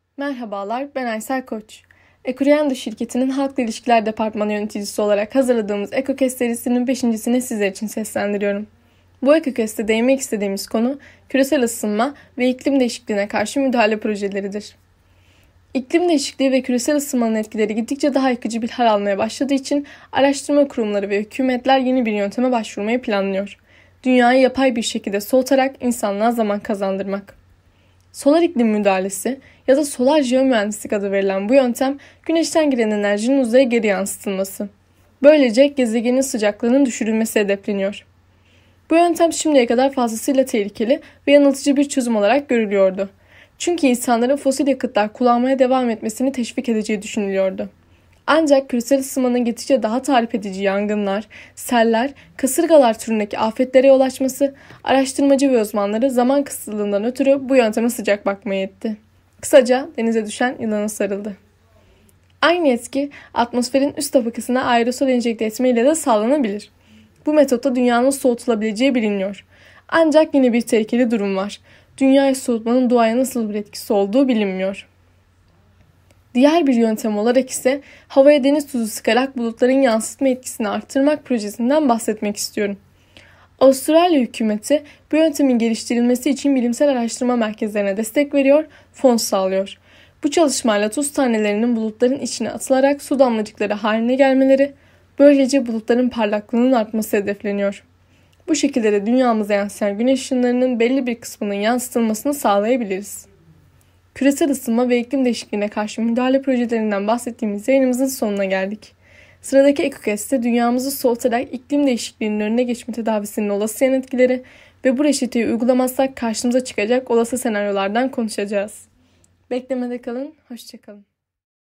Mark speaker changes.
Speaker 1: Merhabalar, ben Aysel Koç. Ekuriendo şirketinin Halkla İlişkiler Departmanı yöneticisi olarak hazırladığımız EcoCast serisinin 5.sini sizler için seslendiriyorum. Bu EcoCast'te değinmek istediğimiz konu küresel ısınma ve iklim değişikliğine karşı müdahale projeleridir. İklim değişikliği ve küresel ısınmanın etkileri gittikçe daha yıkıcı bir hal almaya başladığı için araştırma kurumları ve hükümetler yeni bir yönteme başvurmayı planlıyor. Dünyayı yapay bir şekilde soğutarak insanlığa zaman kazandırmak. Solar iklim müdahalesi ya da solar jeomühendislik adı verilen bu yöntem, güneşten gelen enerjinin uzaya geri yansıtılması. Böylece gezegenin sıcaklığının düşürülmesi hedefleniyor. Bu yöntem şimdiye kadar fazlasıyla tehlikeli ve yanıltıcı bir çözüm olarak görülüyordu. Çünkü insanların fosil yakıtlar kullanmaya devam etmesini teşvik edeceği düşünülüyordu. Ancak küresel ısınmanın gittikçe daha tahrip edici yangınlar, seller, kasırgalar türündeki afetlere yol açması, araştırmacı ve uzmanları zaman kısıtlılığından ötürü bu yönteme sıcak bakmaya itti. Kısaca denize düşen yılana sarıldı. Aynı etki atmosferin üst tabakasına aerosol enjekte etmeyle de sağlanabilir. Bu metotta dünyanın soğutulabileceği biliniyor. Ancak yine bir tehlikeli durum var. Dünyayı soğutmanın doğaya nasıl bir etkisi olduğu bilinmiyor. Diğer bir yöntem olarak ise havaya deniz tuzu sıkarak bulutların yansıtma etkisini arttırmak projesinden bahsetmek istiyorum. Avustralya hükümeti bu yöntemin geliştirilmesi için bilimsel araştırma merkezlerine destek veriyor, fon sağlıyor. Bu çalışmayla tuz tanelerinin bulutların içine atılarak su damlacıkları haline gelmeleri, böylece bulutların parlaklığının artması hedefleniyor. Bu şekilde de dünyamıza yansıyan güneş ışınlarının belli bir kısmının yansıtılmasını sağlayabiliriz. Küresel ısınma ve iklim değişikliğine karşı müdahale projelerinden bahsettiğimiz yayınımızın sonuna geldik. Sıradaki EcoCast'te dünyamızı soğutarak iklim değişikliğinin önüne geçme tedavisinin olası yan etkileri ve bu reçeteyi uygulamazsak karşımıza çıkacak olası senaryolardan konuşacağız. Beklemede kalın, hoşça kalın.